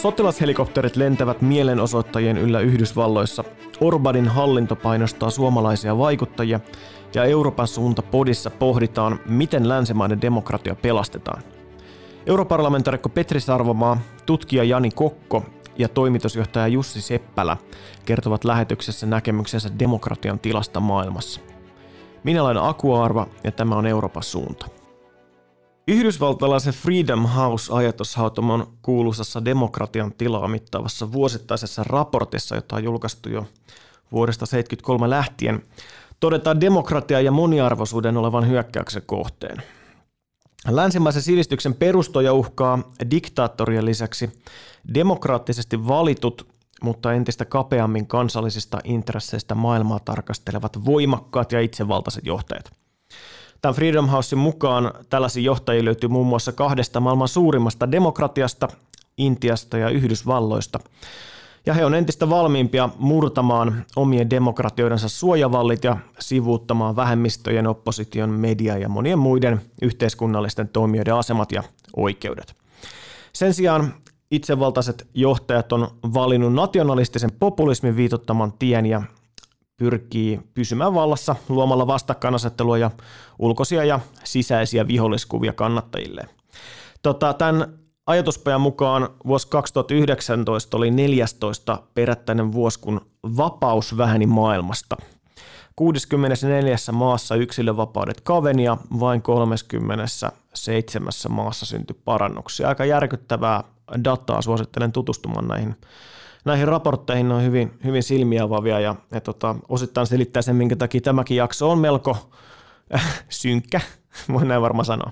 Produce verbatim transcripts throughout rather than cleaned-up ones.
Sotilashelikopterit lentävät mielenosoittajien yllä Yhdysvalloissa. Orbanin hallinto painostaa suomalaisia vaikuttajia ja Euroopan suunta podissa pohditaan, miten länsimaiden demokratia pelastetaan. Europarlamentaarikko Petri Sarvamaa, tutkija Jani Kokko ja toimitusjohtaja Jussi Seppälä kertovat lähetyksessä näkemyksensä demokratian tilasta maailmassa. Minä olen Aku Aarva ja tämä on Euroopan suunta. Yhdysvaltalaisen Freedom House-ajatushautomon kuuluisassa demokratian tilaa mittaavassa vuosittaisessa raportissa, jota on julkaistu jo vuodesta seitsemänkymmentäkolme lähtien, todetaan demokratia ja moniarvoisuuden olevan hyökkäyksen kohteen. Länsimaisen sivistyksen perustoja uhkaa diktaattorien lisäksi demokraattisesti valitut, mutta entistä kapeammin kansallisista intresseistä maailmaa tarkastelevat voimakkaat ja itsevaltaiset johtajat. Tämän Freedom Housen mukaan tällaisia johtajia löytyy muun muassa kahdesta maailman suurimmasta demokratiasta, Intiasta ja Yhdysvalloista. Ja he on entistä valmiimpia murtamaan omien demokratioidensa suojavallit ja sivuuttamaan vähemmistöjen, opposition, media ja monien muiden yhteiskunnallisten toimijoiden asemat ja oikeudet. Sen sijaan itsevaltaiset johtajat on valinnut nationalistisen populismin viitottaman tien ja pyrkii pysymään vallassa luomalla vastakkainasettelua ja ulkoisia ja sisäisiä viholliskuvia kannattajilleen. Tota, tämän ajatuspajan mukaan vuosi kaksituhattayhdeksäntoista oli neljästoista perättäinen vuosi, kun vapaus väheni maailmasta. kuudessakymmenessäneljässä maassa yksilövapaudet kaveni ja vain kolmekymmentäseitsemän maassa syntyi parannuksia. Aika järkyttävää dataa, suosittelen tutustumaan näihin Näihin raportteihin on hyvin, hyvin silmiä avaavia ja, ja tota, osittain selittää sen, minkä takia tämäkin jakso on melko äh, synkkä, voin näin varmaan sanoa.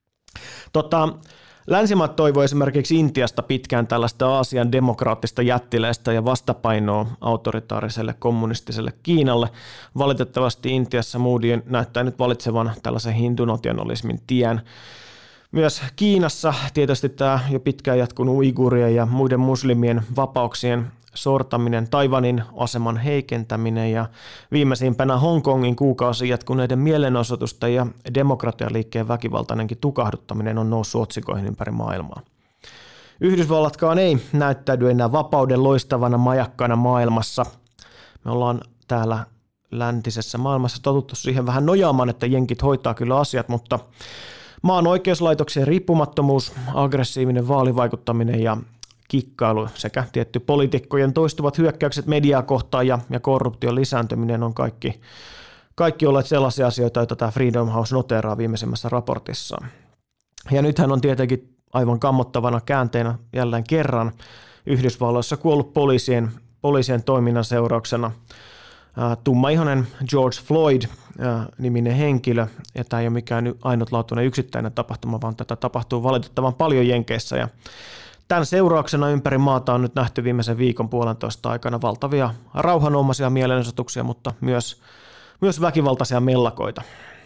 Tota, länsimaat toivoi esimerkiksi Intiasta pitkään tällaista Aasian demokraattista jättiläistä ja vastapainoa autoritaariselle kommunistiselle Kiinalle. Valitettavasti Intiassa Moodi näyttää nyt valitsevan tällaisen hindunationalismin tien. Myös Kiinassa tietysti tämä jo pitkään jatkunut uiguurien ja muiden muslimien vapauksien sortaminen, Taiwanin aseman heikentäminen ja viimeisimpänä Hongkongin kuukausi jatkuneiden mielenosoitusten ja demokratialiikkeen väkivaltainenkin tukahduttaminen on noussut otsikoihin ympäri maailmaa. Yhdysvallatkaan ei näyttäydy enää vapauden loistavana majakkana maailmassa. Me ollaan täällä läntisessä maailmassa totuttu siihen vähän nojaamaan, että jenkit hoitaa kyllä asiat, mutta maan oikeuslaitoksien riippumattomuus, aggressiivinen vaalivaikuttaminen ja kikkailu sekä tietty poliitikkojen toistuvat hyökkäykset mediaa kohtaan ja, ja korruption lisääntyminen on kaikki, kaikki olleet sellaisia asioita, joita tämä Freedom House noteeraa viimeisimmässä raportissaan. Ja nythän on tietenkin aivan kammottavana käänteenä jälleen kerran Yhdysvalloissa kuollut poliisien, poliisien toiminnan seurauksena tummaihoinen George Floyd-niminen henkilö, ja tämä ei ole mikään ainutlaatuinen yksittäinen tapahtuma, vaan tätä tapahtuu valitettavan paljon Jenkeissä, ja tämän seurauksena ympäri maata on nyt nähty viimeisen viikon puolentoista aikana valtavia rauhanomaisia mielenosoituksia, mutta myös, myös väkivaltaisia mellakoita.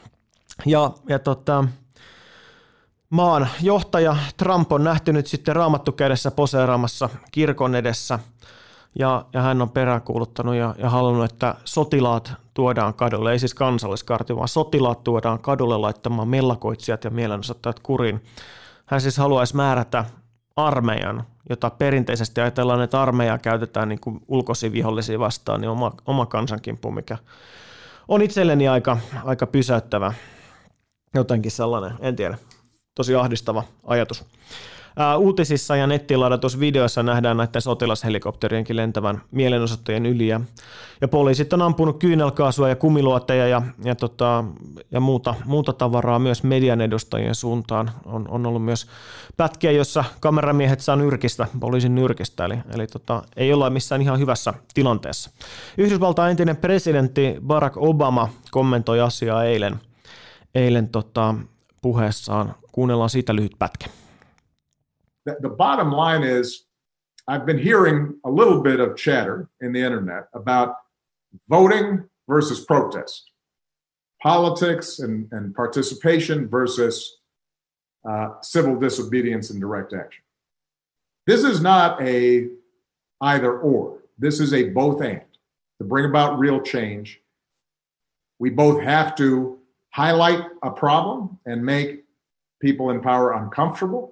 Ja, ja tota, maan johtaja Trump on nähty nyt sitten raamattu kädessä poseeraamassa kirkon edessä, Ja, ja hän on peräänkuuluttanut ja, ja halunnut, että sotilaat tuodaan kadulle, ei siis kansalliskarti, vaan sotilaat tuodaan kadulle laittamaan mellakoitsijat ja mielenosoittajat kuriin. Hän siis haluaisi määrätä armeijan, jota perinteisesti ajatellaan, että armeijaa käytetään niin kuin ulkoisia vihollisia vastaan, niin oma, oma kansankimppu, mikä on itselleni aika, aika pysäyttävä, jotenkin sellainen, en tiedä, tosi ahdistava ajatus. Uutisissa ja nettiin ladatuissa videoissa nähdään näiden sotilashelikopterienkin lentävän mielenosoittajien yli. Ja, ja poliisit on ampunut kyynelkaasua ja kumiluoteja ja, ja, tota, ja muuta, muuta tavaraa myös median edustajien suuntaan. On, on ollut myös pätkiä, jossa kameramiehet saa nyrkistä, poliisin nyrkistä, eli, eli tota, ei olla missään ihan hyvässä tilanteessa. Yhdysvaltain entinen presidentti Barack Obama kommentoi asiaa eilen, eilen tota, puheessaan. Kuunnellaan siitä lyhyt pätkä. The, the bottom line is, I've been hearing a little bit of chatter in the internet about voting versus protest, politics and, and participation versus uh, civil disobedience and direct action. This is not a either or. This is a both and. To bring about real change, we both have to highlight a problem and make people in power uncomfortable,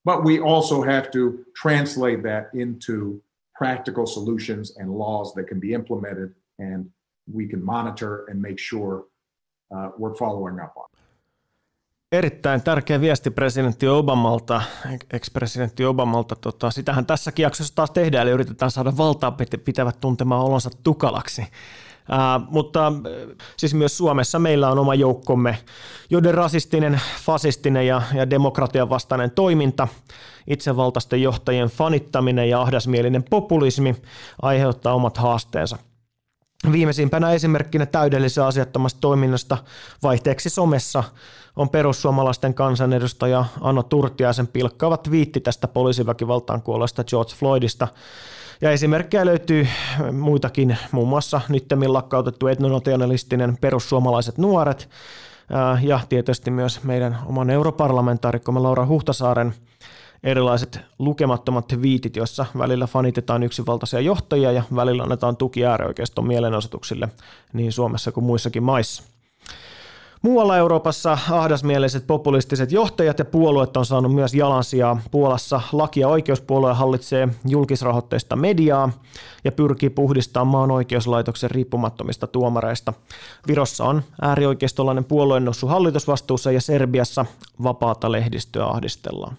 but we also have to translate that into practical solutions and laws that can be implemented and we can monitor and make sure uh, we're following up on. Erittäin tärkeä viesti presidentti Obamalta, ex-presidentti Obamalta. Tota, sitähän tässäkin jaksossa taas tehdään, eli yritetään saada valtaa pitävät tuntemaan olonsa tukalaksi. Ää, mutta siis myös Suomessa meillä on oma joukkomme, joiden rasistinen, fasistinen ja, ja demokratian vastainen toiminta, itsevaltaisten johtajien fanittaminen ja ahdasmielinen populismi aiheuttaa omat haasteensa. Viimeisimpänä esimerkkinä täydellisen asiattomasta toiminnasta vaihteeksi somessa on perussuomalaisten kansanedustaja Anno Turtiaisen pilkkaava twiitti tästä poliisiväkivaltaan kuolleesta George Floydista. Ja esimerkkejä löytyy muitakin, muun muassa nyttemmin lakkautettu etnonationalistinen Perussuomalaiset nuoret ja tietysti myös meidän oman europarlamentaarikkomme Laura Huhtasaaren erilaiset lukemattomat twiitit, joissa välillä fanitetaan yksinvaltaisia johtajia ja välillä annetaan tuki äärioikeiston mielenosoituksille niin Suomessa kuin muissakin maissa. Muualla Euroopassa ahdasmieliset populistiset johtajat ja puolueet on saanut myös jalansijaa. Puolassa laki- ja oikeuspuolue hallitsee julkisrahoitteista mediaa ja pyrkii puhdistamaan maan oikeuslaitoksen riippumattomista tuomareista. Virossa on äärioikeistolainen puolue noussut hallitusvastuussa ja Serbiassa vapaata lehdistöä ahdistellaan.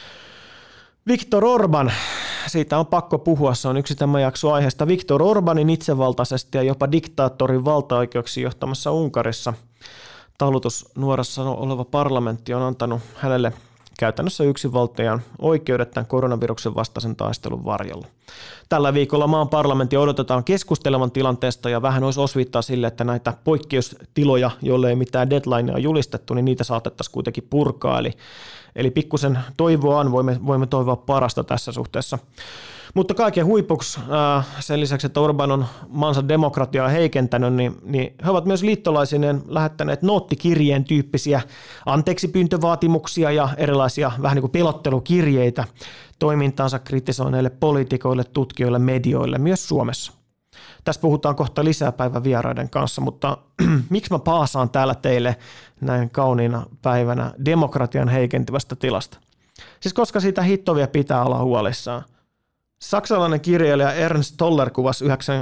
Viktor Orban, siitä on pakko puhua, se on yksi tämän jakson aiheesta. Viktor Orbanin itsevaltaisesti ja jopa diktaattorin valtaoikeuksiin johtamassa Unkarissa talutusnuorassa oleva parlamentti on antanut hänelle käytännössä yksinvaltiaan oikeudet tämän koronaviruksen vastaisen taistelun varjolla. Tällä viikolla maan parlamentti odotetaan keskustelevan tilanteesta ja vähän olisi osviittaa sille, että näitä poikkeustiloja, joille ei mitään deadlinea julistettu, niin niitä saatettaisiin kuitenkin purkaa. Eli, eli pikkusen toivoa on, voimme, voimme toivoa parasta tässä suhteessa. Mutta kaiken huipuksi sen lisäksi, että Orban on maansa demokratiaa heikentänyt, niin, niin he ovat myös liittolaisineen lähettäneet noottikirjeen tyyppisiä anteeksipyyntövaatimuksia ja erilaisia vähän niin kuin pelottelukirjeitä toimintaansa kritisoineille poliitikoille, tutkijoille, medioille, myös Suomessa. Tässä puhutaan kohta lisää päivän vieraiden kanssa, mutta miksi mä paasaan täällä teille näin kauniina päivänä demokratian heikentyvästä tilasta? Siis koska siitä hittovia pitää olla huolissaan. Saksalainen kirjailija Ernst Toller kuvasi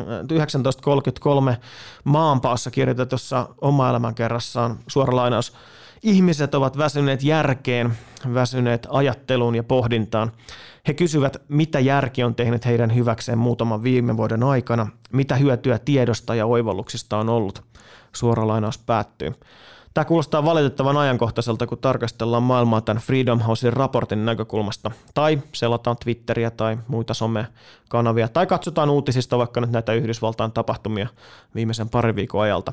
yhdeksäntoistasataakolmekymmentäkolme Maanpaossa kirjoitetussa oma elämänkerrassaan, suora lainaus, ihmiset ovat väsyneet järkeen, väsyneet ajatteluun ja pohdintaan. He kysyvät, mitä järki on tehnyt heidän hyväkseen muutaman viime vuoden aikana, mitä hyötyä tiedosta ja oivalluksista on ollut. Suora lainaus päättyy. Tämä kuulostaa valitettavan ajankohtaiselta, kun tarkastellaan maailmaa tämän Freedom Housein raportin näkökulmasta. Tai selataan Twitteriä tai muita somekanavia. Tai katsotaan uutisista vaikka nyt näitä Yhdysvaltain tapahtumia viimeisen parin viikon ajalta.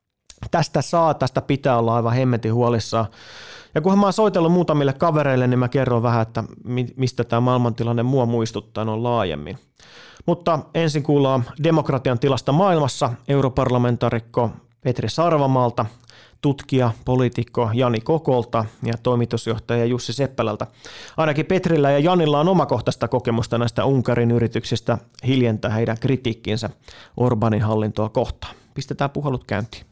Tästä saa, tästä pitää olla aivan hemmetin huolissaan. Ja kunhan mä oon soitellut muutamille kavereille, niin mä kerron vähän, että mistä tämä maailmantilanne mua muistuttaa on laajemmin. Mutta ensin kuullaan demokratian tilasta maailmassa europarlamentaarikko Petri Sarvamaalta, tutkija, poliitikko Jani Kokolta ja toimitusjohtaja Jussi Seppälältä. Ainakin Petrillä ja Janilla on omakohtaista kokemusta näistä Unkarin yrityksistä hiljentää heidän kritiikkiinsä Orbanin hallintoa kohtaan. Pistetään puhelut käyntiin.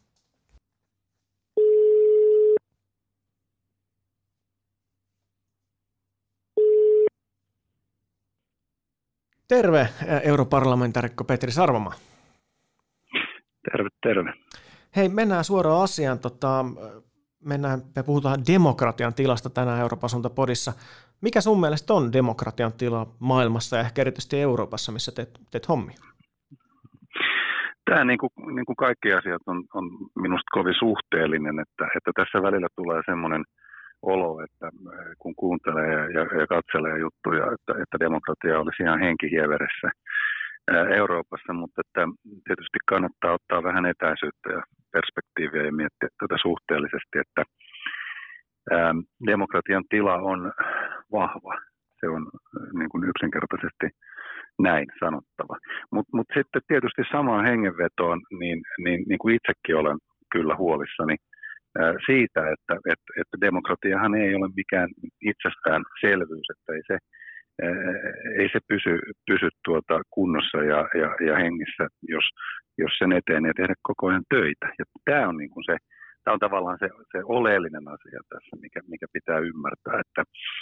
Terve, europarlamentaarikko Petri Sarvamaa. Terve, terve. Hei, mennään suoraan asiaan. Tota, mennään, me puhutaan demokratian tilasta tänään Euroopan suuntapodissa. Mikä sun mielestä on demokratian tila maailmassa ja ehkä erityisesti Euroopassa, missä teet, teet hommia? Tämä niin kuin, niin kuin kaikki asiat on, on minusta kovin suhteellinen, että, että tässä välillä tulee semmoinen olo, että kun kuuntelee ja, ja katselee juttuja, että, että demokratia olisi ihan henkihieveressä Euroopassa, mutta että tietysti kannattaa ottaa vähän etäisyyttä ja perspektiiviä ja miettiä tätä suhteellisesti, että ää, demokratian tila on vahva. Se on niin kuin yksinkertaisesti näin sanottava. Mutta mut sitten tietysti samaan hengenvetoon, niin, niin, niin kuin itsekin olen kyllä huolissani ää, siitä, että et, et demokratiahan ei ole mikään itsestäänselvyys, että ei se ei se pysy, pysy tuota kunnossa ja, ja, ja hengissä, jos, jos sen eteen ei tehdä koko ajan töitä. Ja tämä on, niin kuin se, tämä on tavallaan se, se oleellinen asia tässä, mikä, mikä pitää ymmärtää, että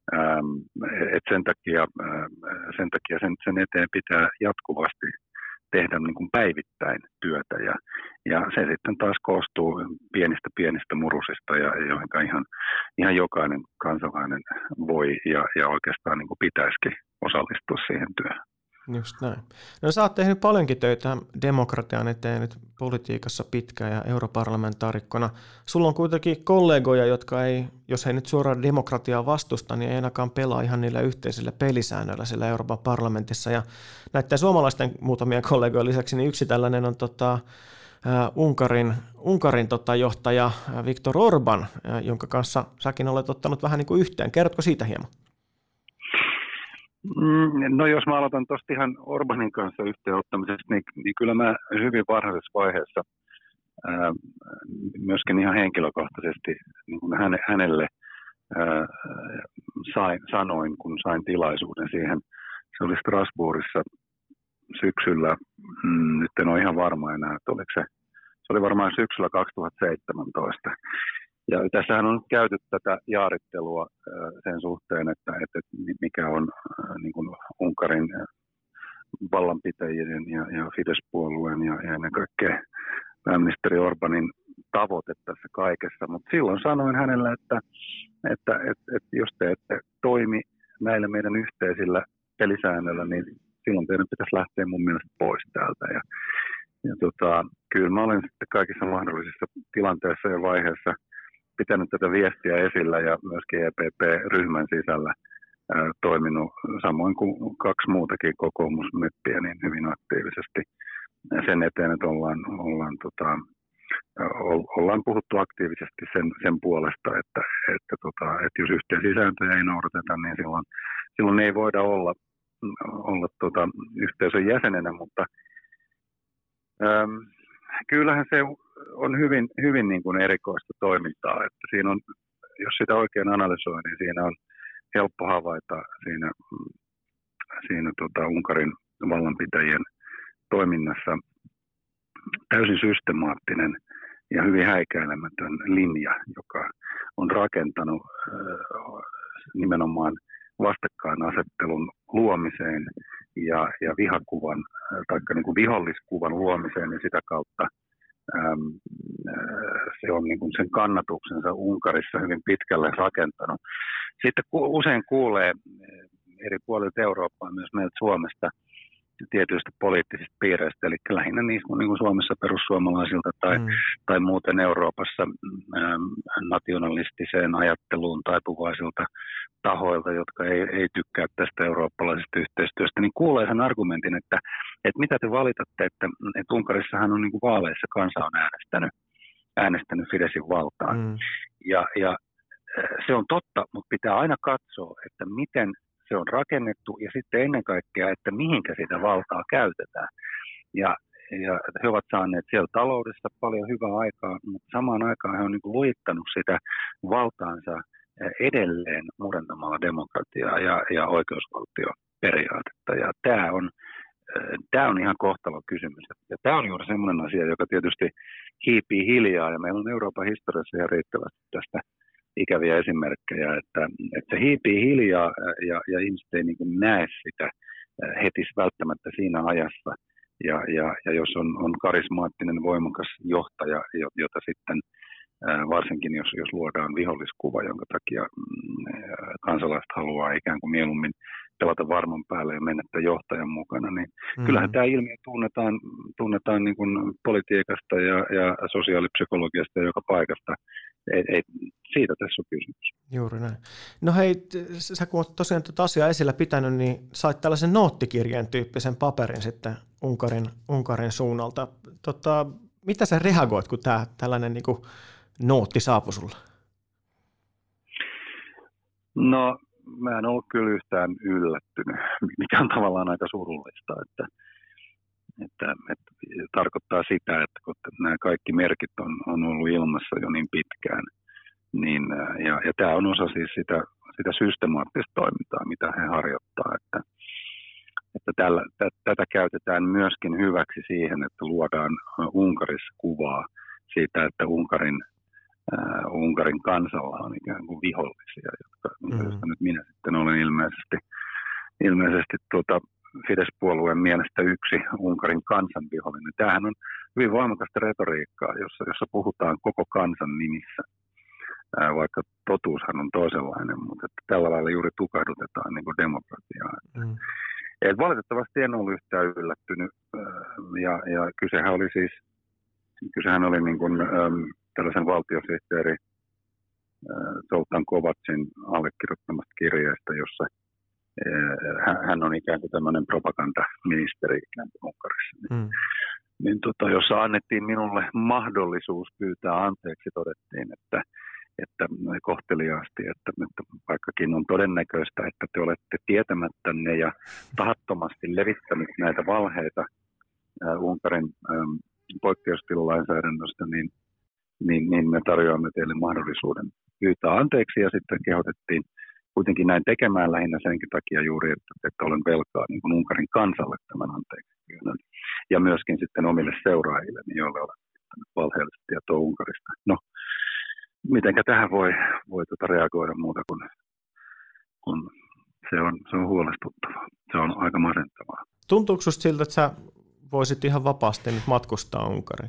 Et sen takia, sen, takia sen, sen eteen pitää jatkuvasti tehdä niin kuin päivittäin työtä ja, ja se sitten taas koostuu pienistä pienistä murusista, ja, joihin ihan, ihan jokainen kansalainen voi ja, ja oikeastaan niin kuin pitäisikin osallistua siihen työhön. Just näin. No sä oot tehnyt paljonkin töitä demokratian eteen nyt politiikassa pitkään ja europarlamentaarikkona. Sulla on kuitenkin kollegoja, jotka ei, jos he nyt suoraan demokratiaa vastusta, niin ei ainakaan pelaa ihan niillä yhteisillä pelisäännöillä siellä Euroopan parlamentissa. Ja näiden suomalaisten muutamien kollegojen lisäksi niin yksi tällainen on tota, äh, Unkarin, Unkarin tota, johtaja Viktor Orbán, äh, jonka kanssa säkin olet ottanut vähän niin kuin yhteen. Kerrotko siitä hieman? No jos mä aloitan tuosta ihan Orbánin kanssa yhteenottamisesta, niin, niin kyllä mä hyvin varhaisessa vaiheessa ää, myöskin ihan henkilökohtaisesti niin kuin häne, hänelle ää, sain, sanoin, kun sain tilaisuuden siihen. Se oli Strasbourgissa syksyllä, mm, nyt en ole ihan varma enää, että oliko se, se oli varmaan syksyllä kaksituhattaseitsemäntoista. Ja tässähän on käyty tätä jaarittelua sen suhteen, että, että mikä on niin kuin Unkarin vallanpitäjien ja, ja Fidesz-puolueen ja, ja ennen kaikkea pääministeri Orbánin tavoite tässä kaikessa. Mutta silloin sanoin hänelle, että, että, että, että jos te ette toimi näillä meidän yhteisillä pelisäännöillä, niin silloin teidän pitäisi lähteä mun mielestä pois täältä. Ja, ja tota, kyllä mä olen sitten kaikissa mahdollisissa tilanteissa ja vaiheissa pitänyt tätä viestiä esillä ja myöskin E P P-ryhmän sisällä ää, toiminut, samoin kuin kaksi muutakin kokoomusmeppiä, niin hyvin aktiivisesti sen eteen, että ollaan, ollaan, tota, ollaan puhuttu aktiivisesti sen, sen puolesta, että, että, tota, että jos yhteisiä sääntöjä ei noudateta, niin silloin, silloin ei voida olla, olla tota, yhteisön jäsenenä, mutta äm, kyllähän se on hyvin, hyvin niin kuin erikoista toimintaa, että siinä on, jos sitä oikein analysoi, niin siinä on helppo havaita siinä, siinä tota Unkarin vallanpitäjien toiminnassa täysin systemaattinen ja hyvin häikäilemätön linja, joka on rakentanut nimenomaan vastakkainasettelun luomiseen ja, ja vihakuvan tai niin kuin viholliskuvan luomiseen, ja sitä kautta se on niin kuin sen kannatuksensa Unkarissa hyvin pitkälle rakentanut. Sitten usein kuulee eri puolilta Eurooppaa, myös meiltä Suomesta, tietyistä poliittisista piireistä, eli lähinnä niistä niin kuin Suomessa perussuomalaisilta tai, mm. tai muuten Euroopassa ähm, nationalistiseen ajatteluun taipuvaisilta tahoilta, jotka ei, ei tykkää tästä eurooppalaisesta yhteistyöstä, niin kuulee sen argumentin, että, että mitä te valitatte, että, että Unkarissahan on niin kuin vaaleissa kansa on äänestänyt, äänestänyt Fideszin valtaan. Mm. Ja, ja se on totta, mutta pitää aina katsoa, että miten se on rakennettu ja sitten ennen kaikkea, että mihinkä sitä valtaa käytetään. Ja, ja he ovat saaneet siellä taloudessa paljon hyvää aikaa, mutta samaan aikaan he on niin kuin lujittanut sitä valtaansa edelleen murentamalla demokratiaa ja, ja oikeusvaltioperiaatetta. Ja tämä on, tämä on ihan kohtalo kysymys. Ja tämä on juuri sellainen asia, joka tietysti hiipii hiljaa, ja meillä on Euroopan historiassa ihan riittävästi tästä ikäviä esimerkkejä, että, että se hiipii hiljaa ja, ja ihmiset ei niin kuin näe sitä heti välttämättä siinä ajassa. Ja, ja, ja jos on, on karismaattinen, voimakas johtaja, jota sitten varsinkin jos, jos luodaan viholliskuva, jonka takia kansalaiset haluaa ikään kuin mieluummin pelata varman päälle ja mennä johtajan mukana, niin mm-hmm. kyllähän tämä ilmiö tunnetaan, tunnetaan niin kuin politiikasta ja, ja sosiaalipsykologiasta ja joka paikasta. Ei, ei, siitä tässä on kysymys. Juuri näin. No hei, sä kun olet tosiaan tuota asiaa esillä pitänyt, niin sait tällaisen noottikirjeen tyyppisen paperin sitten Unkarin, Unkarin suunnalta. Tota, mitä sä reagoit, kun tää, tällainen niin kuin nootti saapui sulle? No, mä en ollut kyllä yhtään yllättynyt, mikä on tavallaan aika surullista, että, että, että tarkoittaa sitä, että kun nämä kaikki merkit on, on ollut ilmassa jo niin pitkään, niin, ja, ja tämä on osa siis sitä, sitä systemaattista toimintaa, mitä he harjoittaa, että, että tällä, tä, tätä käytetään myöskin hyväksi siihen, että luodaan Unkarissa kuvaa siitä, että Unkarin ää, Unkarin kansalla on ikään kuin vihollisia, jotka, mm. joista nyt minä sitten olen ilmeisesti, ilmeisesti tuota, Fidesz-puolueen mielestä yksi Unkarin kansan vihollinen. Tämähän on hyvin voimakasta retoriikkaa, jossa, jossa puhutaan koko kansan nimissä, ää, vaikka totuushan on toisenlainen, mutta että tällä lailla juuri tukahdutetaan niin kuin demokratiaa. Mm. Et valitettavasti en ollut yhtään yllättynyt, ja, ja kysehän oli siis, kysehän oli niin kuin, äm, tällaisen valtiosihteeri äh, Zoltán Kovacsin allekirjoittamasta kirjeestä, jossa äh, hän on ikään kuin tämmöinen propagandaministeri ikään kuin Unkarissa. Mm. Niin, tota, jossa annettiin minulle mahdollisuus pyytää anteeksi, todettiin, että että kohteliaasti, että, että vaikkakin on todennäköistä, että te olette tietämättänne ja tahattomasti levittänyt näitä valheita ää, Unkarin ähm, poikkeustilalainsäädännöstä, niin, niin, niin me tarjoamme teille mahdollisuuden pyytää anteeksi, ja sitten kehotettiin kuitenkin näin tekemään lähinnä senkin takia juuri, että, että olen velkaa niin kuin Unkarin kansalle tämän anteeksi pyynnön, ja myöskin sitten omille seuraajille, joille olen esittänyt valheellista tietoa Unkarista. No, mitenkä tähän voi, voi tuota reagoida muuta kuin, kun se on, se on huolestuttavaa. Se on aika masentavaa. Tuntuuko sinusta siltä, että sä voisit ihan vapaasti nyt matkustaa Unkariin?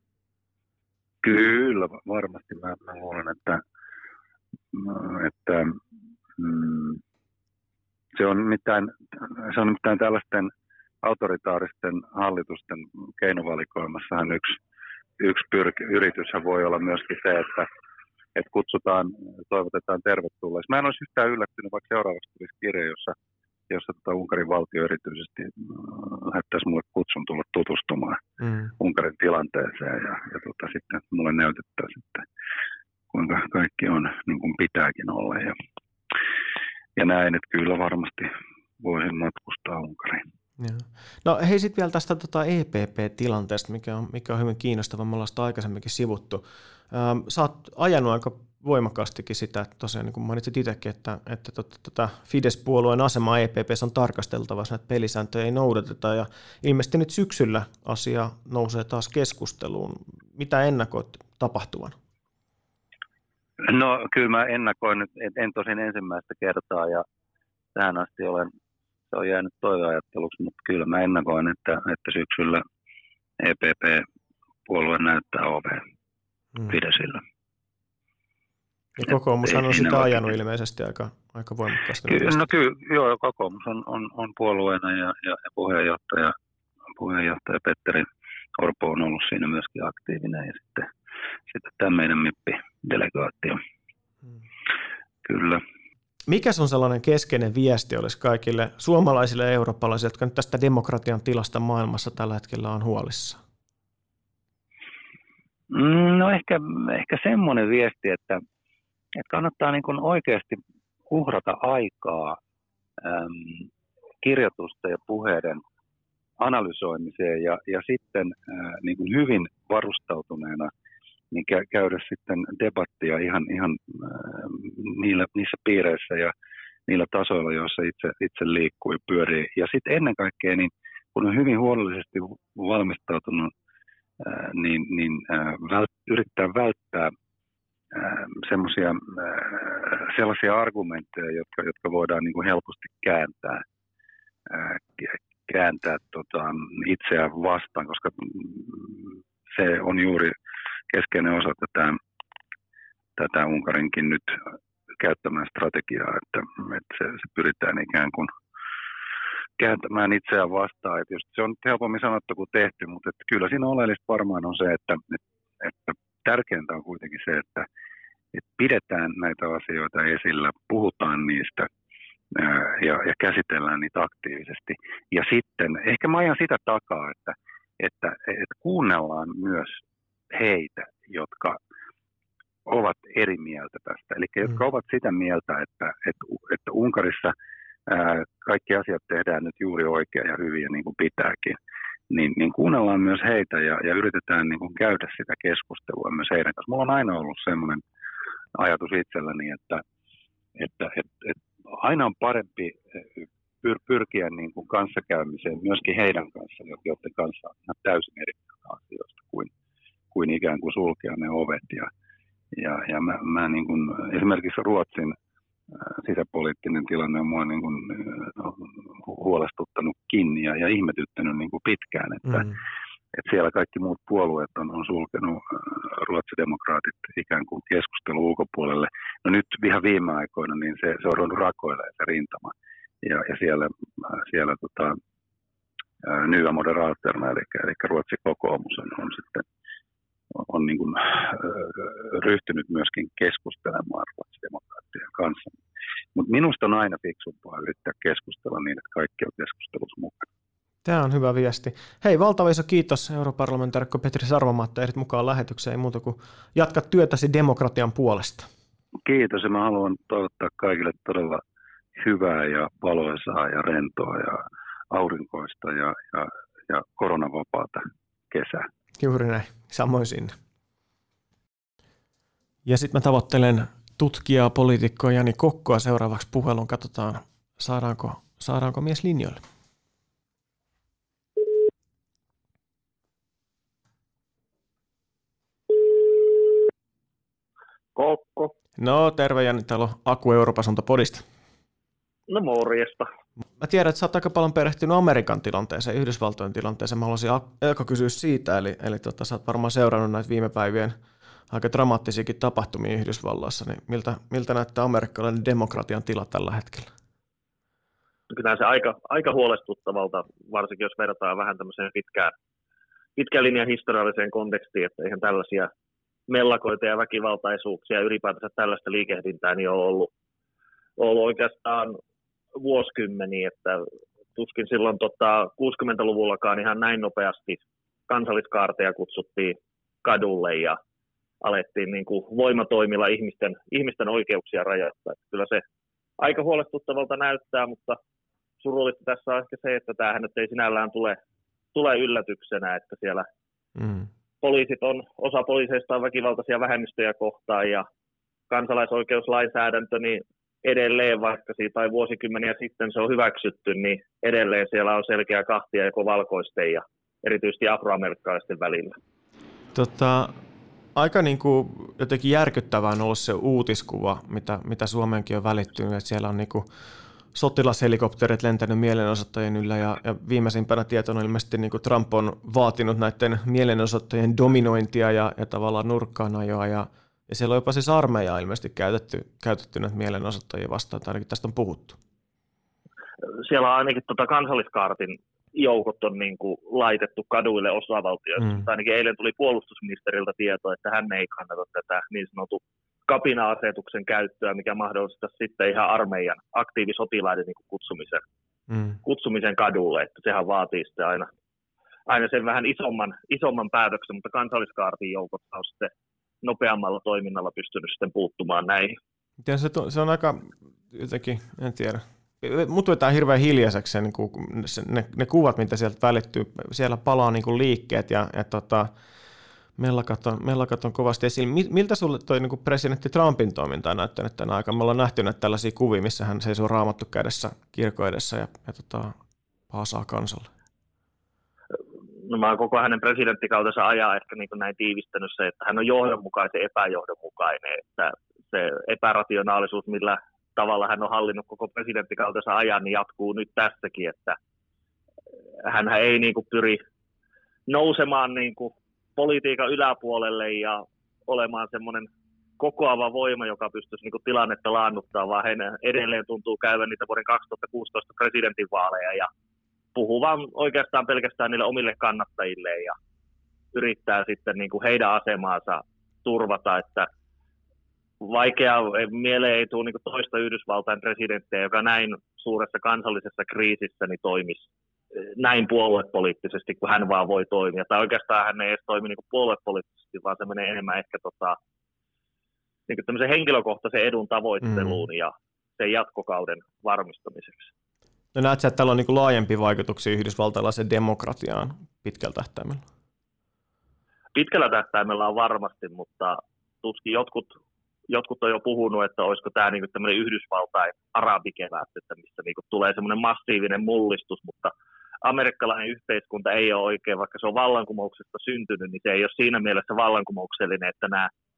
Kyllä, varmasti. Mä, mä luulen, että, että mm, se on mitään, se on mitään tällaisten autoritaaristen hallitusten keinovalikoimassahan yksi, yksi pyrki, yrityshän voi olla myöskin se, että että kutsutaan, toivotetaan tervetulleeksi. Mä en olisi yhtään yllättynyt, vaikka seuraavaksi tulisi kirja, jossa, jossa tota Unkarin valtio erityisesti lähettäisi mulle kutsun tulla tutustumaan mm. Unkarin tilanteeseen, ja, ja tota, sitten mulle näytettäisiin, että kuinka kaikki on niin kuin pitääkin olla. Ja, ja näin, että kyllä varmasti voisin matkustaa Unkariin. Ja. No hei, sitten vielä tästä tota E P P-tilanteesta, mikä on, mikä on hyvin kiinnostava, me ollaan sitä aikaisemminkin sivuttu. Ähm, sä oot ajanut aika voimakkaastikin sitä, että tosiaan niin kuin mainitsit itsekin, että, että tota, tota Fidesz-puolueen asema E P P:ssä on tarkasteltava, jos näitä pelisääntöjä ei noudateta, ja ilmeisesti nyt syksyllä asia nousee taas keskusteluun. Mitä ennakoit tapahtuvan? No kyllä mä ennakoin nyt, en tosin ensimmäistä kertaa, ja tähän asti olen se on jäänyt toiveajatteluksi, mutta kyllä mä ennakoin, että, että syksyllä E P P-puolue näyttää ovea mm. Fideszillä. Ja kokoomushan on sitä ajanut ilmeisesti aika, aika voimakkaasti. Ky- no kyllä, joo, kokoomus on, on, on puolueena, ja, ja puheenjohtaja, puheenjohtaja Petteri Orpo on ollut siinä myöskin aktiivinen, ja sitten, sitten tämä meidän M I P-delegaatio. Mm. Kyllä. Mikä on sellainen keskeinen viesti olisi kaikille suomalaisille ja eurooppalaisille, jotka nyt tästä demokratian tilasta maailmassa tällä hetkellä on huolissaan? No ehkä, ehkä semmoinen viesti, että, että kannattaa niin kuin oikeasti uhrata aikaa äm, kirjoitusten ja puheiden analysoimiseen, ja, ja sitten äh, niin kuin hyvin varustautuneena niin käydä sitten debattia ihan, ihan äh, niillä, niissä piireissä ja niillä tasoilla, joissa itse, itse liikkuu ja pyörii. Ja sitten ennen kaikkea, niin kun on hyvin huolellisesti valmistautunut, äh, niin, niin äh, vält, yrittää välttää äh, semmoisia, äh, sellaisia argumentteja, jotka, jotka voidaan niin kuin helposti kääntää, äh, kääntää tota, itseään vastaan, koska se on juuri keskeinen osa tätä, tätä Unkarinkin nyt käyttämään strategiaa, että, että se, se pyritään ikään kuin kääntämään itseään vastaan. Että just se on helpommin sanottu kuin tehty, mutta että kyllä siinä oleellista varmaan on se, että, että, että tärkeintä on kuitenkin se, että, että pidetään näitä asioita esillä, puhutaan niistä ää, ja, ja käsitellään niitä aktiivisesti. Ja sitten, ehkä mä ajan sitä takaa, että, että, että kuunnellaan myös heitä, jotka ovat eri mieltä tästä, eli mm. jotka ovat sitä mieltä, että, että, että Unkarissa ää, kaikki asiat tehdään nyt juuri oikein ja hyvin ja niin kuin pitääkin, niin, niin kuunnellaan myös heitä ja, ja yritetään niin kuin käydä sitä keskustelua myös heidän kanssa. Mulla on aina ollut sellainen ajatus itselläni, että, että, että, että aina on parempi pyr- pyrkiä niin kuin kanssakäymiseen myöskin heidän kanssaan, joiden kanssa on täysin eri asioista kuin kuin ikään kuin sulkea ne ovet ja, Ja, ja mä, mä niin kuin, esimerkiksi Ruotsin sisäpoliittinen tilanne on mua niin kuin, huolestuttanutkin ja, ja ihmetyttänyt niin kuin pitkään, että, mm. että siellä kaikki muut puolueet on, on sulkenut ruotsidemokraatit ikään kuin keskustelun ulkopuolelle. No nyt ihan viime aikoina niin se, se on ruvennut rakoilemaan se rintama. Ja, ja siellä, siellä tota, Nya Moderaterna, eli, eli Ruotsin kokoomus on, on sitten on niin kuin, ryhtynyt myöskin keskustelemaan ruotsidemokraattien kanssa. Mutta minusta on aina fiksumpaa yrittää keskustella niin, että kaikki on keskustelussa mukana. Tämä on hyvä viesti. Hei, valtava iso kiitos europarlamentaarikko Petri Sarvamaa, että ehdit mukaan lähetykseen. Ei muuta kuin jatka työtäsi demokratian puolesta. Kiitos, ja mä haluan toivottaa kaikille todella hyvää ja valoisaa ja rentoa ja aurinkoista ja, ja, ja koronavapaata kesää. Juuri näin, samoin sinne. Ja sitten mä tavoittelen tutkijaa, poliitikkoa Jani Kokkoa seuraavaksi puhelun. Katsotaan, saadaanko, saadaanko mies linjoille. Kokko. No terve Jani, täällä on Aku Eurooppa-suuntapodista. No morjesta. Mä tiedän, että sä oot aika paljon perehtynyt Amerikan tilanteeseen, Yhdysvaltojen tilanteeseen. Mä haluaisin Eka kysyä siitä, eli, eli tota, sä oot varmaan seurannut näitä viime päivien aika dramaattisiakin tapahtumia Yhdysvalloissa, niin miltä, miltä näyttää amerikkalainen demokratian tila tällä hetkellä? Kyllä se aika, aika huolestuttavalta, varsinkin jos vertaa vähän tämmöiseen pitkään, pitkän linjan historialliseen kontekstiin, että eihän tällaisia mellakoita ja väkivaltaisuuksia, ylipäätänsä tällaista liikehdintää, niin on ollut, ollut oikeastaan vuosikymmeniä, että tuskin silloin tota, kuusikymmentäluvullakaan ihan näin nopeasti kansalliskaarteja kutsuttiin kadulle ja alettiin niin kuin voimatoimilla ihmisten, ihmisten oikeuksia rajoittaa. Kyllä se aika huolestuttavalta näyttää, mutta surullista tässä on ehkä se, että tämähän nyt ei sinällään tule, tule yllätyksenä, että siellä mm. poliisit on, osa poliiseista on väkivaltaisia vähemmistöjä kohtaan ja kansalaisoikeuslainsäädäntö, niin edelleen, vaikka siitä tai vuosikymmeniä sitten se on hyväksytty, niin edelleen siellä on selkeä kahtia joko valkoisten ja erityisesti afroamerikkalaisten välillä. Tota, aika niin kuin jotenkin järkyttävää on ollut se uutiskuva, mitä, mitä Suomeenkin on välittynyt, että siellä on niin kuin sotilashelikopterit lentänyt mielenosoittajien yllä ja, ja viimeisimpänä tietona ilmeisesti niin kuin Trump on vaatinut näiden mielenosoittajien dominointia ja, ja tavallaan nurkkaanajoa ja Ja siellä on jopa siis armeijaa ilmeisesti käytetty, käytetty näitä mielenosoittajia vastaan, tai ainakin tästä on puhuttu. Siellä on ainakin tota kansalliskaartin joukot on niin kuin laitettu kaduille osavaltioissa. Mm. Ainakin eilen tuli puolustusministeriltä tieto, että hän ei kannata tätä niin sanotun kapina-asetuksen käyttöä, mikä mahdollistaa sitten ihan armeijan aktiivisotilaiden niin kuin kutsumisen, mm. kutsumisen kadulle. Että sehän vaatii sitten aina, aina sen vähän isomman, isomman päätöksen, mutta kansalliskaartin joukot on sitten nopeammalla toiminnalla pystynyt sitten puuttumaan näihin. Ja se, se on aika jotenkin, en tiedä. Mut vetää hirveän hiljaiseksi se, niin kuin, se, ne, ne kuvat, mitä sieltä välittyy. Siellä palaa niin kuin liikkeet ja, ja tota, mellakat, on, mellakat on kovasti esillä. Miltä sulle toi niin kuin presidentti Trumpin toiminta on näyttänyt tänä aikana? Me ollaan nähty näitä tällaisia kuvia, missä hän seisoo raamattu kädessä kirkon edessä ja, ja tota, paasaa kansalle. No mä oon koko hänen presidenttikautensa ajan ehkä niin kuin näin tiivistänyt se, että hän on johdonmukaisen epäjohdonmukainen, että se epärationaalisuus, millä tavalla hän on hallinnut koko presidenttikautensa ajan, niin jatkuu nyt tässäkin, että hän ei niin kuin pyri nousemaan niin kuin politiikan yläpuolelle ja olemaan semmoinen kokoava voima, joka pystyisi niin kuin tilannetta laannuttaa, vaan hän edelleen tuntuu käyvän niitä vuoden kaksituhattakuusitoista presidentinvaaleja ja puhuu vaan oikeastaan pelkästään niille omille kannattajille ja yrittää sitten niin kuin heidän asemaansa turvata, että vaikea mieleen ei tule niin kuin toista Yhdysvaltain presidenttiä, joka näin suuressa kansallisessa kriisissä niin toimisi näin puoluepoliittisesti, kun hän vaan voi toimia. Tai oikeastaan hän ei edes toimi niin kuin puoluepoliittisesti, vaan se menee enemmän ehkä tota, niin kuin tämmöisen henkilökohtaisen edun tavoitteluun mm. ja sen jatkokauden varmistamiseksi. No näetkö, että tällä on niin kuin laajempi vaikutuksia yhdysvaltalaisen demokratiaan pitkällä tähtäimellä? Pitkällä tähtäimellä on varmasti, mutta tuskin jotkut, jotkut on jo puhunut, että olisiko tämä niin kuin tämmöinen Yhdysvaltain arabikevät, että missä niin kuin tulee semmoinen massiivinen mullistus, mutta amerikkalainen yhteiskunta ei ole oikein, vaikka se on vallankumouksesta syntynyt, niin se ei ole siinä mielessä vallankumouksellinen, että nämä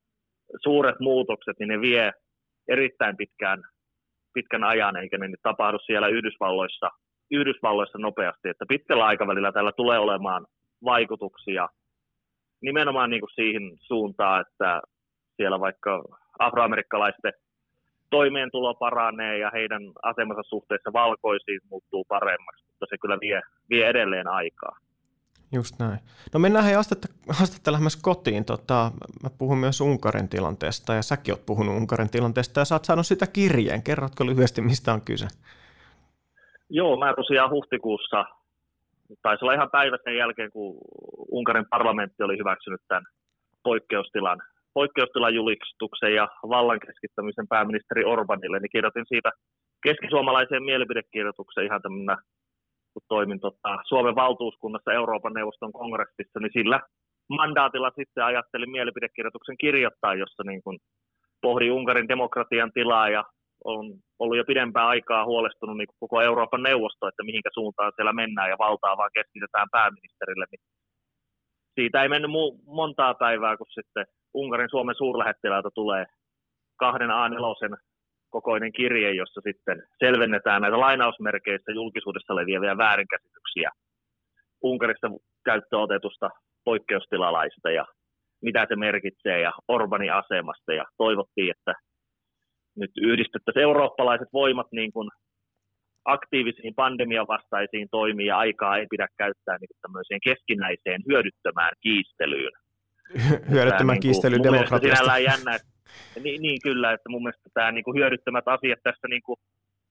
suuret muutokset, niin ne vie erittäin pitkään, pitkän ajan, eikä ne nyt tapahdu siellä Yhdysvalloissa, Yhdysvalloissa nopeasti. Että pitkällä aikavälillä tällä tulee olemaan vaikutuksia nimenomaan niin kuin siihen suuntaan, että siellä vaikka afroamerikkalaisten toimeentulo paranee ja heidän asemansa suhteessa valkoisiin muuttuu paremmaksi, mutta se kyllä vie, vie edelleen aikaa. Just näin. No mennään hei astetta, astetta lähemmäs kotiin. Tota, mä puhun myös Unkarin tilanteesta ja säkin oot puhunut Unkarin tilanteesta ja sä oot saanut sitä kirjeen. Kerrotko lyhyesti, mistä on kyse? Joo, mä tosiaan huhtikuussa, taisi olla ihan päivä sen jälkeen, kun Unkarin parlamentti oli hyväksynyt tämän poikkeustilan, poikkeustilan julistuksen ja vallan keskittämisen pääministeri Orbanille, niin kirjoitin siitä keskisuomalaiseen mielipidekirjoituksen ihan tämmöinen, kun toimin tota, Suomen valtuuskunnassa Euroopan neuvoston kongressissa, niin sillä mandaatilla sitten ajattelin mielipidekirjoituksen kirjoittaa, jossa niin kun pohdin Unkarin demokratian tilaa ja on ollut jo pidempään aikaa huolestunut niin koko Euroopan neuvosto, että mihinkä suuntaan siellä mennään ja valtaa vaan keskitetään pääministerille. Niin siitä ei mennyt mu- montaa päivää, kun sitten Unkarin Suomen suurlähettiläältä tulee kahden A neljä kokoinen kirje, jossa sitten selvennetään näitä lainausmerkeissä julkisuudessa olevia väärinkäsityksiä Unkarissa käyttöön otetusta poikkeustilalaista ja mitä se merkitsee ja Orbanin asemasta ja toivottiin, että nyt yhdistettäisiin eurooppalaiset voimat niin kuin aktiivisiin pandemian vastaisiin toimiin ja aikaa ei pidä käyttää niin kuin tämmöiseen keskinäiseen hyödyttömään kiistelyyn. Hyödyttömän niin kiistelyyn demokratiasta. Sinällään jännä, että, niin, niin kyllä, että mun mielestä tämä niin kuin hyödyttömät asiat tässä niin kuin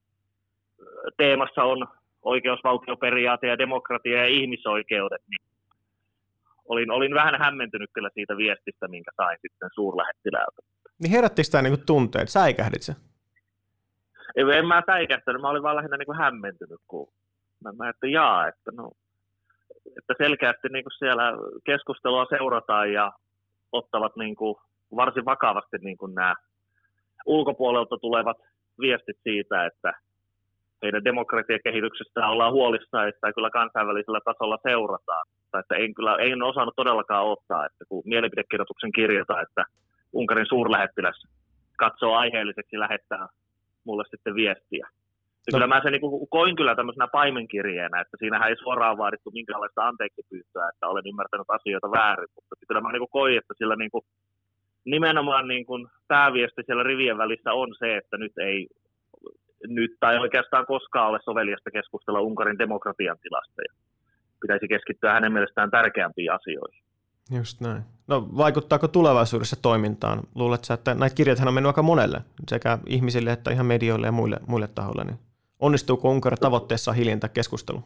teemassa on oikeusvaltioperiaate ja demokratia ja ihmisoikeudet, niin olin, olin vähän hämmentynyt kyllä siitä viestistä, minkä sain sitten suurlähettiläältä. Niin herättikö tämä niinku tunteet? Säikähdit se? Ei, en mä säikähtänyt, mä olin vaan lähinnä niinku hämmentynyt, kun mä, mä että jaa, että, no, että selkeästi niinku siellä keskustelua seurataan ja ottavat niinku varsin vakavasti niinku nämä ulkopuolelta tulevat viestit siitä, että heidän demokratiakehityksestään ollaan huolissaan, että kyllä kansainvälisellä tasolla seurataan. Tai että en, kyllä, en osannut todellakaan ottaa, että kun mielipidekirjoituksen kirjoittaa, että Unkarin suurlähettiläs katsoo aiheelliseksi lähettää mulle sitten viestiä. Ja no. Kyllä mä sen niin kuin, koin kyllä tämmöisenä paimenkirjeenä, että siinähän ei suoraan vaadittu minkäänlaista anteeksipyyntöä, että olen ymmärtänyt asioita väärin, mutta kyllä mä niin kuin koin, että sillä niin kuin, nimenomaan niin kuin pääviesti siellä rivien välissä on se, että nyt ei nyt tai oikeastaan koskaan ole soveliasta keskustella Unkarin demokratian tilasta ja pitäisi keskittyä hänen mielestään tärkeämpiin asioihin. Just näin. No vaikuttaako tulevaisuudessa toimintaan? Luuletko sä, että näitä kirjathan on mennyt aika monelle, sekä ihmisille että ihan medioille ja muille, muille tahoille, niin onnistuuko Unkari tavoitteessa hiljentää keskustelua?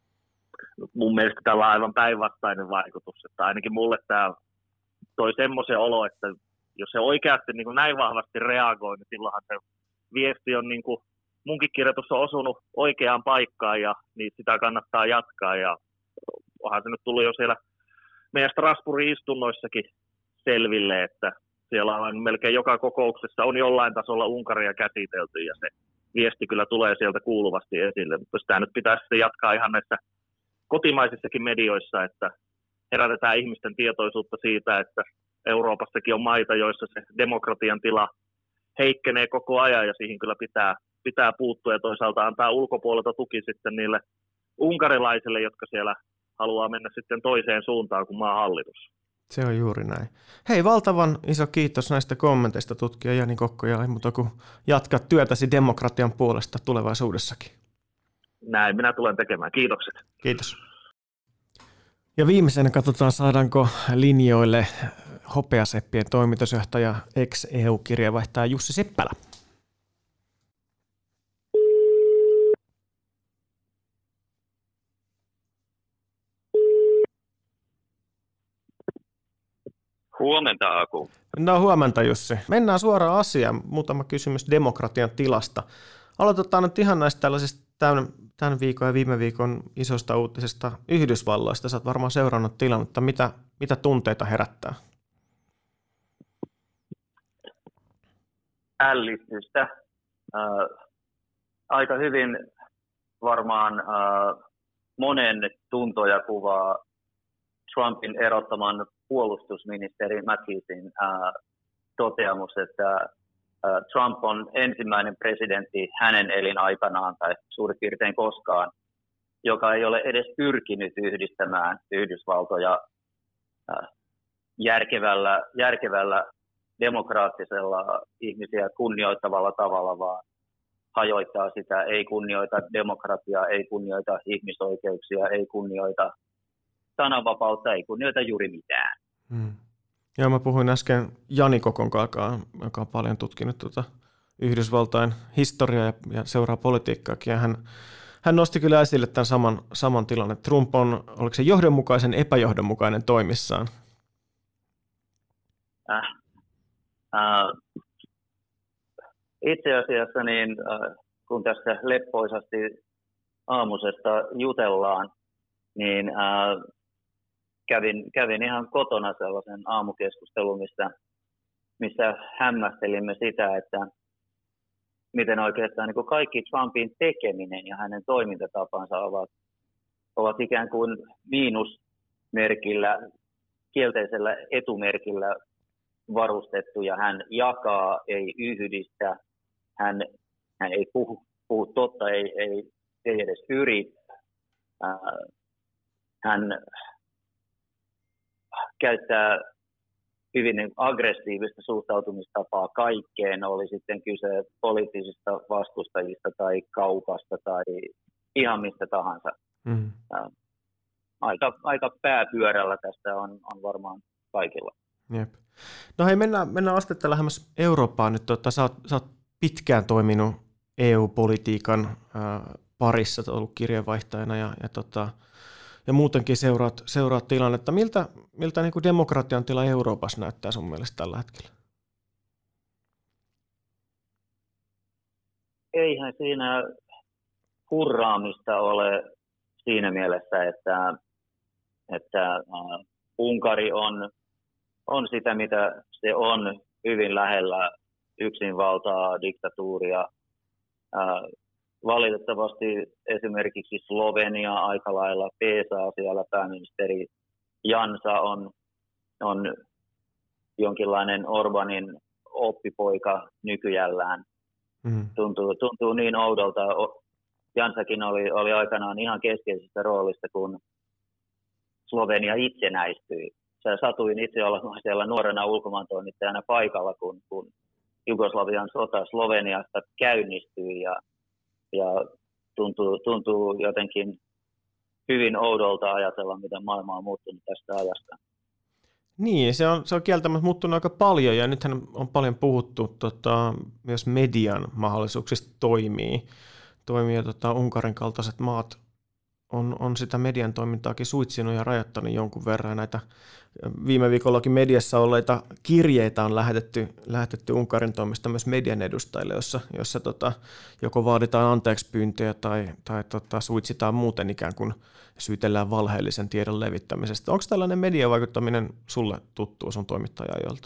Mun mielestä tällä on aivan päinvastainen vaikutus, että ainakin mulle tämä toi semmoisen olo, että jos se oikeasti niin kuin näin vahvasti reagoi, niin silloinhan se viesti on niin kuin munkin kirjoitus on osunut oikeaan paikkaan ja niin sitä kannattaa jatkaa ja onhan se nyt tullut jo siellä meidän Strasbourgin istunnoissakin selville, että siellä on melkein joka kokouksessa on jollain tasolla Unkaria käsitelty ja se viesti kyllä tulee sieltä kuuluvasti esille, mutta sitä nyt pitää sitten jatkaa ihan näissä kotimaisissakin medioissa, että herätetään ihmisten tietoisuutta siitä, että Euroopassakin on maita, joissa se demokratian tila heikkenee koko ajan ja siihen kyllä pitää, pitää puuttua ja toisaalta antaa ulkopuolelta tuki sitten niille unkarilaisille, jotka siellä haluaa mennä sitten toiseen suuntaan kuin maan hallitus. Se on juuri näin. Hei, valtavan iso kiitos näistä kommenteista, tutkija Jani Kokko, ja ei muuta kuin jatka työtäsi demokratian puolesta tulevaisuudessakin. Näin, minä tulen tekemään. Kiitokset. Kiitos. Ja viimeisenä katsotaan, saadaanko linjoille Hopeaseppien toimitusjohtaja ex-E U-kirjeenvaihtaja Jussi Seppälä. Huomenta, Aku. No huomenta, Jussi. Mennään suoraan asiaan. Muutama kysymys demokratian tilasta. Aloitetaan nyt ihan näistä tällaisista tämän, tämän viikon ja viime viikon isosta uutisesta Yhdysvalloista. Sä oot varmaan seurannut tilannetta. Mitä, mitä tunteita herättää? Ällistystä. Äh, aika hyvin varmaan äh, monen tuntoja kuvaa Trumpin erottaman puolustusministeri Mattisin äh, toteamus, että Trump on ensimmäinen presidentti hänen elinaikanaan tai suurin piirtein koskaan, joka ei ole edes pyrkinyt yhdistämään Yhdysvaltoja järkevällä, järkevällä demokraattisella ihmisiä kunnioittavalla tavalla, vaan hajoittaa sitä, ei kunnioita demokratiaa, ei kunnioita ihmisoikeuksia, ei kunnioita sananvapautta, ei kunnioita juuri mitään. Hmm. Joo, mä puhuin äsken Jani Kokon kanssa, joka on paljon tutkinut tuota Yhdysvaltain historiaa ja, ja seuraa politiikkaakin, ja hän, hän nosti kyllä esille tämän saman, saman tilanne. Trump on, oliko se johdonmukaisen epäjohdonmukainen toimissaan? Äh. Äh. Itse asiassa niin, äh, kun tässä leppoisasti aamusesta jutellaan, niin äh, kävin, kävin ihan kotona sellaisen aamukeskustelun, missä, missä hämmästelimme sitä, että miten oikeastaan niin kuin kaikki Trumpin tekeminen ja hänen toimintatapansa ovat, ovat ikään kuin miinusmerkillä, kielteisellä etumerkillä varustettuja. Hän jakaa, ei yhdistä, hän, hän ei puhu, puhu totta, ei, ei, ei edes yritä. Äh, hän käyttää hyvin aggressiivista suhtautumistapaa kaikkeen, oli sitten kyse poliittisista vastustajista tai kaupasta tai ihan mistä tahansa. Mm. Äh, aika, aika pääpyörällä tästä on, on varmaan kaikilla. Jep. No hei, mennään, mennään astetta lähemmäs Eurooppaan nyt. Tota, sä, oot, sä oot pitkään toiminut E U-politiikan ää, parissa, oot ollut kirjeenvaihtajana ja, ja, tota, ja muutenkin seuraat, seuraat tilannetta. Miltä, miltä niin kuin demokratian tila Euroopassa näyttää sun mielestä tällä hetkellä? Eihän siinä hurraamista ole siinä mielessä, että, että äh, Unkari on on sitä, mitä se on, hyvin lähellä yksinvaltaa, diktatuuria. Ää, valitettavasti esimerkiksi Slovenia aika lailla peesaa siellä, pääministeri Jansa on, on jonkinlainen Orbanin oppipoika nykyjällään. Mm. Tuntuu, tuntuu niin oudolta. Jansakin oli, oli aikanaan ihan keskeisessä roolissa, kun Slovenia itsenäistyi. Satuin itse olla siellä nuorena ulkomaantoimittajana paikalla, kun, kun Jugoslavian sota Sloveniasta käynnistyi ja, ja tuntuu, tuntuu jotenkin hyvin oudolta ajatella, miten maailma on muuttunut tästä ajasta. Niin, se on, se on kieltämättä muuttunut aika paljon ja nythän on paljon puhuttu tota, myös median mahdollisuuksista toimia. toimia tota, Unkarin kaltaiset maat on, on sitä median toimintaakin suitsinut ja rajoittanut jonkun verran. Näitä viime viikollakin mediassa olleita kirjeitä on lähetetty, lähetetty Unkarin toimesta myös median edustajille, jossa, jossa tota, joko vaaditaan anteeksi pyyntöjä tai, tai tota, suitsitaan muuten ikään kuin syytellään valheellisen tiedon levittämisestä. Onko tällainen mediavaikuttaminen sulle tuttua sun toimittaja-ajoilta?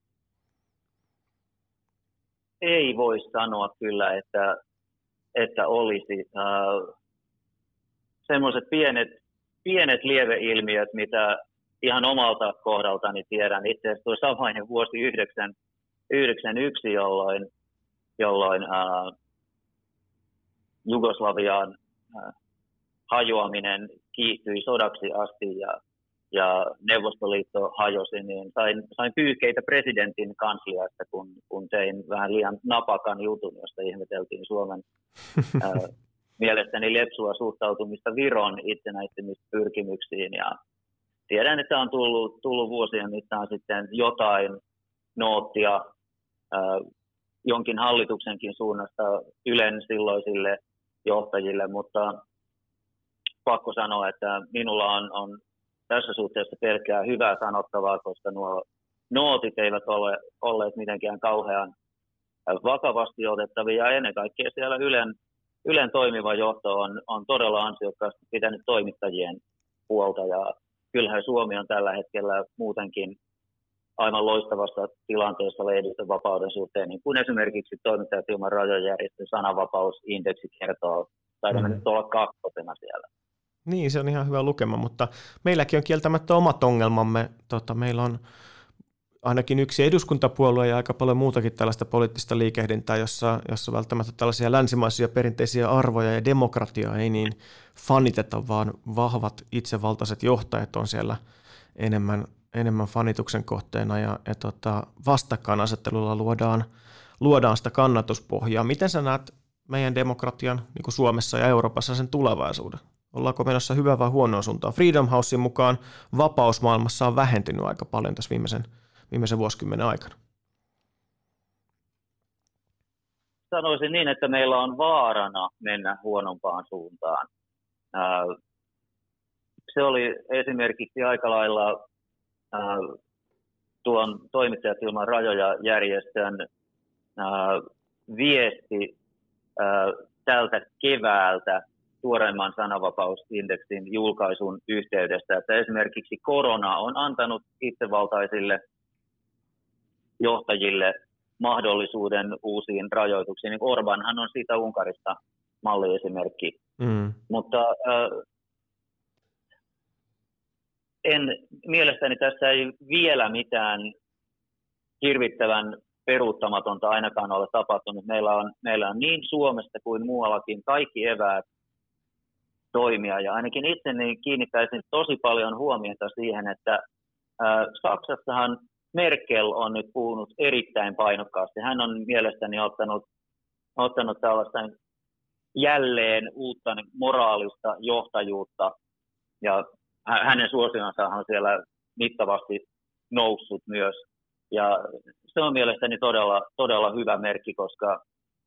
Ei voi sanoa kyllä, että, että olisi. Äh, semmoiset pienet, pienet lieveilmiöt, mitä ihan omalta kohdaltani tiedän. Itse asiassa tuo samainen vuosi yhdeksänkymmentäyksi, jolloin, jolloin äh, Jugoslavian äh, hajoaminen kiihtyi sodaksi asti ja, ja Neuvostoliitto hajosi, niin sain, sain pyyhkeitä presidentin kansliasta, kun, kun tein vähän liian napakan jutun, josta ihmeteltiin Suomen äh, mielestäni lepsua suhtautumista Viron itsenäistymispyrkimyksiin. Ja tiedän, että on tullut, tullut vuosien mittaan sitten jotain noottia äh, jonkin hallituksenkin suunnasta Ylen silloisille johtajille, mutta pakko sanoa, että minulla on, on tässä suhteessa pelkkää hyvää sanottavaa, koska nuo nootit eivät ole olleet mitenkään kauhean vakavasti otettavia. Ja ennen kaikkea siellä Ylen, Ylen toimiva johto on, on todella ansiokkaasti pitänyt toimittajien puolta. Ja kyllähän Suomi on tällä hetkellä muutenkin aivan loistavassa tilanteessa lehdistön vapauden suhteen, niin kuin esimerkiksi Toimittajat ilman rajojen järjestön sananvapausindeksi kertoo. Taidamme mm. nyt olla kakkosena siellä. Niin, se on ihan hyvä lukema, mutta meilläkin on kieltämättä omat ongelmamme. Tota, meillä on ainakin yksi eduskuntapuolue ja aika paljon muutakin tällaista poliittista liikehdintää, jossa, jossa välttämättä tällaisia länsimaisia perinteisiä arvoja ja demokratiaa ei niin faniteta, vaan vahvat itsevaltaiset johtajat on siellä enemmän, enemmän fanituksen kohteena ja, ja tota, vastakkainasettelulla luodaan, luodaan sitä kannatuspohjaa. Miten sä näet meidän demokratian niin kuin Suomessa ja Euroopassa sen tulevaisuuden? Ollaanko menossa hyvä vai huonoa suuntaan? Freedom Housein mukaan vapaus maailmassa on vähentynyt aika paljon tässä viimeisen, viimeisen vuosikymmenen aikana. Sanoisin niin, että meillä on vaarana mennä huonompaan suuntaan. Se oli esimerkiksi aika lailla tuon Toimittajat ilman rajoja -järjestön viesti tältä keväältä tuoreimman sananvapausindeksin julkaisun yhteydessä, että esimerkiksi korona on antanut itsevaltaisille johtajille mahdollisuuden uusiin rajoituksiin. Niin Orbanhan on siitä Unkarista malliesimerkki. Mm. Mutta äh, en, mielestäni tässä ei vielä mitään hirvittävän peruuttamatonta ainakaan ole tapahtunut. Meillä on, meillä on niin Suomesta kuin muuallakin kaikki eväät toimia. Ja ainakin itseni kiinnittäisin tosi paljon huomiota siihen, että äh, Saksassahan Merkel on nyt puhunut erittäin painokkaasti. Hän on mielestäni ottanut, ottanut tällaista jälleen uutta moraalista johtajuutta. Ja hänen suosionsa on siellä mittavasti noussut myös. Ja se on mielestäni todella, todella hyvä merkki, koska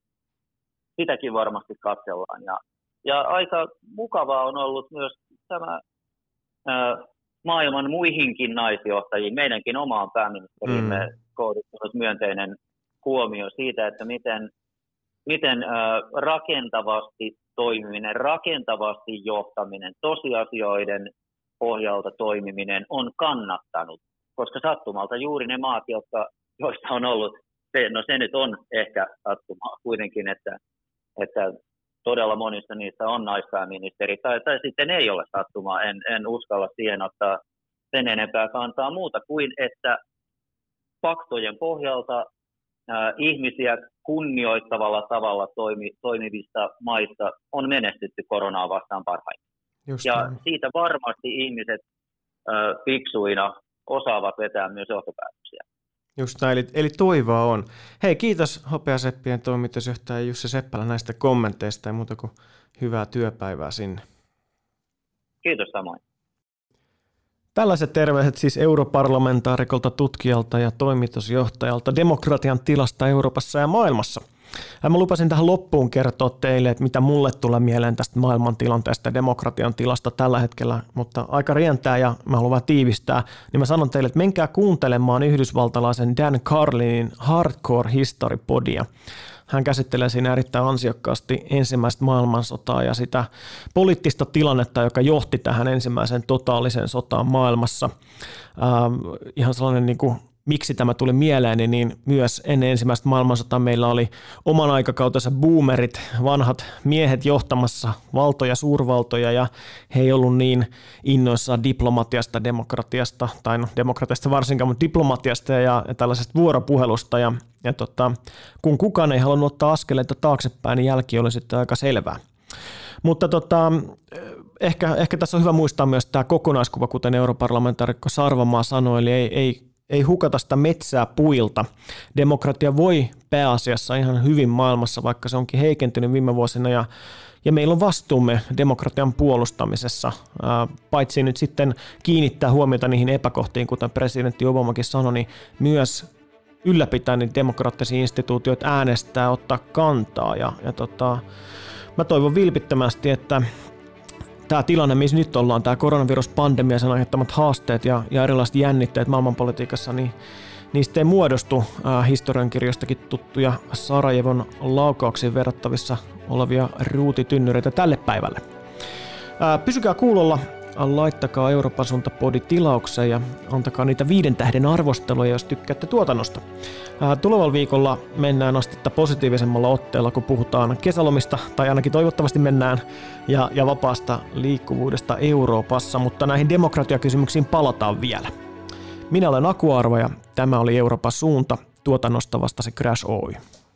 sitäkin varmasti katsellaan. Ja, ja aika mukavaa on ollut myös tämä ää, maailman muihinkin naisjohtajiin, meidänkin omaan pääministerimme mm. kohdistunut myönteinen huomio siitä, että miten, miten ää, rakentavasti toimiminen, rakentavasti johtaminen, tosiasioiden pohjalta toimiminen on kannattanut. Koska sattumalta juuri ne maat, jotka, joista on ollut, se, no se nyt on ehkä sattumaa kuitenkin, että, että todella monissa niistä on naispääministeri, tai, tai sitten ei ole sattumaa, en, en uskalla siihen ottaa sen enempää kantaa muuta kuin, että faktojen pohjalta ää, ihmisiä kunnioittavalla tavalla toimi, toimivista maista on menestytty koronaa vastaan parhaiten. Just ja näin. Siitä varmasti ihmiset ää, fiksuina osaavat vetää myös johtopäätöksiä. Just näin, eli, eli toivoa on. Hei, kiitos Hopeaseppien toimitusjohtaja Jussi Seppälä näistä kommenteista ja muuta kuin hyvää työpäivää sinne. Kiitos samoin. Tällaiset terveiset siis europarlamentaarikolta, tutkijalta ja toimitusjohtajalta demokratian tilasta Euroopassa ja maailmassa. Mä lupasin tähän loppuun kertoa teille, että mitä mulle tulee mieleen tästä maailman tilanteesta ja demokratian tilasta tällä hetkellä, mutta aika rientää ja mä haluan vähän tiivistää, niin mä sanon teille, että menkää kuuntelemaan yhdysvaltalaisen Dan Carlinin Hardcore History-podia. Hän käsittelee siinä erittäin ansiokkaasti ensimmäistä maailmansotaa ja sitä poliittista tilannetta, joka johti tähän ensimmäiseen totaaliseen sotaan maailmassa. Ähm, ihan sellainen niin kuin miksi tämä tuli mieleeni, niin myös ennen ensimmäistä maailmansotaa meillä oli oman aikakautensa boomerit, vanhat miehet johtamassa valtoja, suurvaltoja, ja he ei ollut niin innoissaan diplomatiasta, demokratiasta, tai no demokratiasta varsinkaan, mutta diplomatiasta ja, ja tällaisesta vuoropuhelusta, ja, ja tota, kun kukaan ei halunnut ottaa askeleita taaksepäin, niin jälki oli sitten aika selvää. Mutta tota, ehkä, ehkä tässä on hyvä muistaa myös tämä kokonaiskuva, kuten europarlamentaarikko Sarvamaa sanoi, eli ei, ei Ei hukata sitä metsää puilta. Demokratia voi pääasiassa ihan hyvin maailmassa, vaikka se onkin heikentynyt viime vuosina, ja, ja meillä on vastuumme demokratian puolustamisessa, ää, paitsi nyt sitten kiinnittää huomiota niihin epäkohtiin, kuten presidentti Obamakin sanoi, niin myös ylläpitää niitä demokraattisia instituutioita, äänestää, ottaa kantaa, ja, ja tota, mä toivon vilpittömästi, että tämä tilanne, missä nyt ollaan, tämä koronaviruspandemia, sen aiheuttamat haasteet ja, ja erilaiset jännitteet maailmanpolitiikassa, niin niistä ei muodostu äh, historiankirjoistakin tuttuja Sarajevon laukauksiin verrattavissa olevia ruutitynnyreitä tälle päivälle. Äh, pysykää kuulolla, laittakaa Euroopan suunta-podi tilaukseen ja antakaa niitä viiden tähden arvosteluja, jos tykkäätte tuotannosta. Tulevalla viikolla mennään astetta positiivisemmalla otteella, kun puhutaan kesälomista, tai ainakin toivottavasti mennään, ja, ja vapaasta liikkuvuudesta Euroopassa, mutta näihin demokratiakysymyksiin palataan vielä. Minä olen Aku Arva ja tämä oli Euroopan suunta. Tuotannosta vastasi Crash Oy.